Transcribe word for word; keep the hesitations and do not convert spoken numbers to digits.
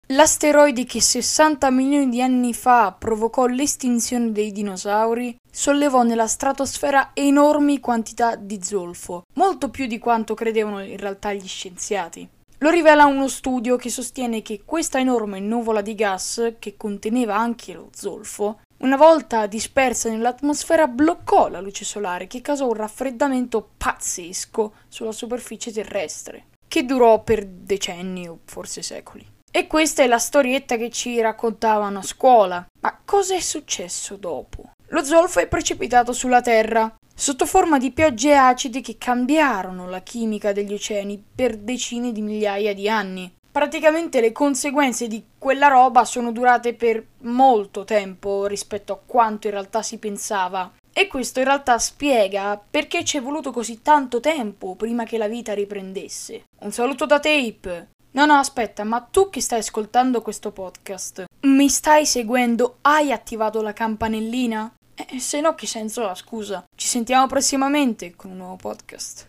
L'asteroide che sessanta milioni di anni fa provocò l'estinzione dei dinosauri sollevò nella stratosfera enormi quantità di zolfo, molto più di quanto credevano in realtà gli scienziati. Lo rivela uno studio che sostiene che questa enorme nuvola di gas, che conteneva anche lo zolfo, una volta dispersa nell'atmosfera bloccò la luce solare, che causò un raffreddamento pazzesco sulla superficie terrestre, che durò per decenni o forse secoli. E questa è la storietta che ci raccontavano a scuola. Ma cosa è successo dopo? Lo zolfo è precipitato sulla Terra, sotto forma di piogge acide che cambiarono la chimica degli oceani per decine di migliaia di anni. Praticamente le conseguenze di quella roba sono durate per molto tempo rispetto a quanto in realtà si pensava. E questo in realtà spiega perché ci è voluto così tanto tempo prima che la vita riprendesse. Un saluto da Tape! No, no, aspetta, ma tu che stai ascoltando questo podcast, mi stai seguendo? Hai attivato la campanellina? Eh, se no che senso ha, scusa. Ci sentiamo prossimamente con un nuovo podcast.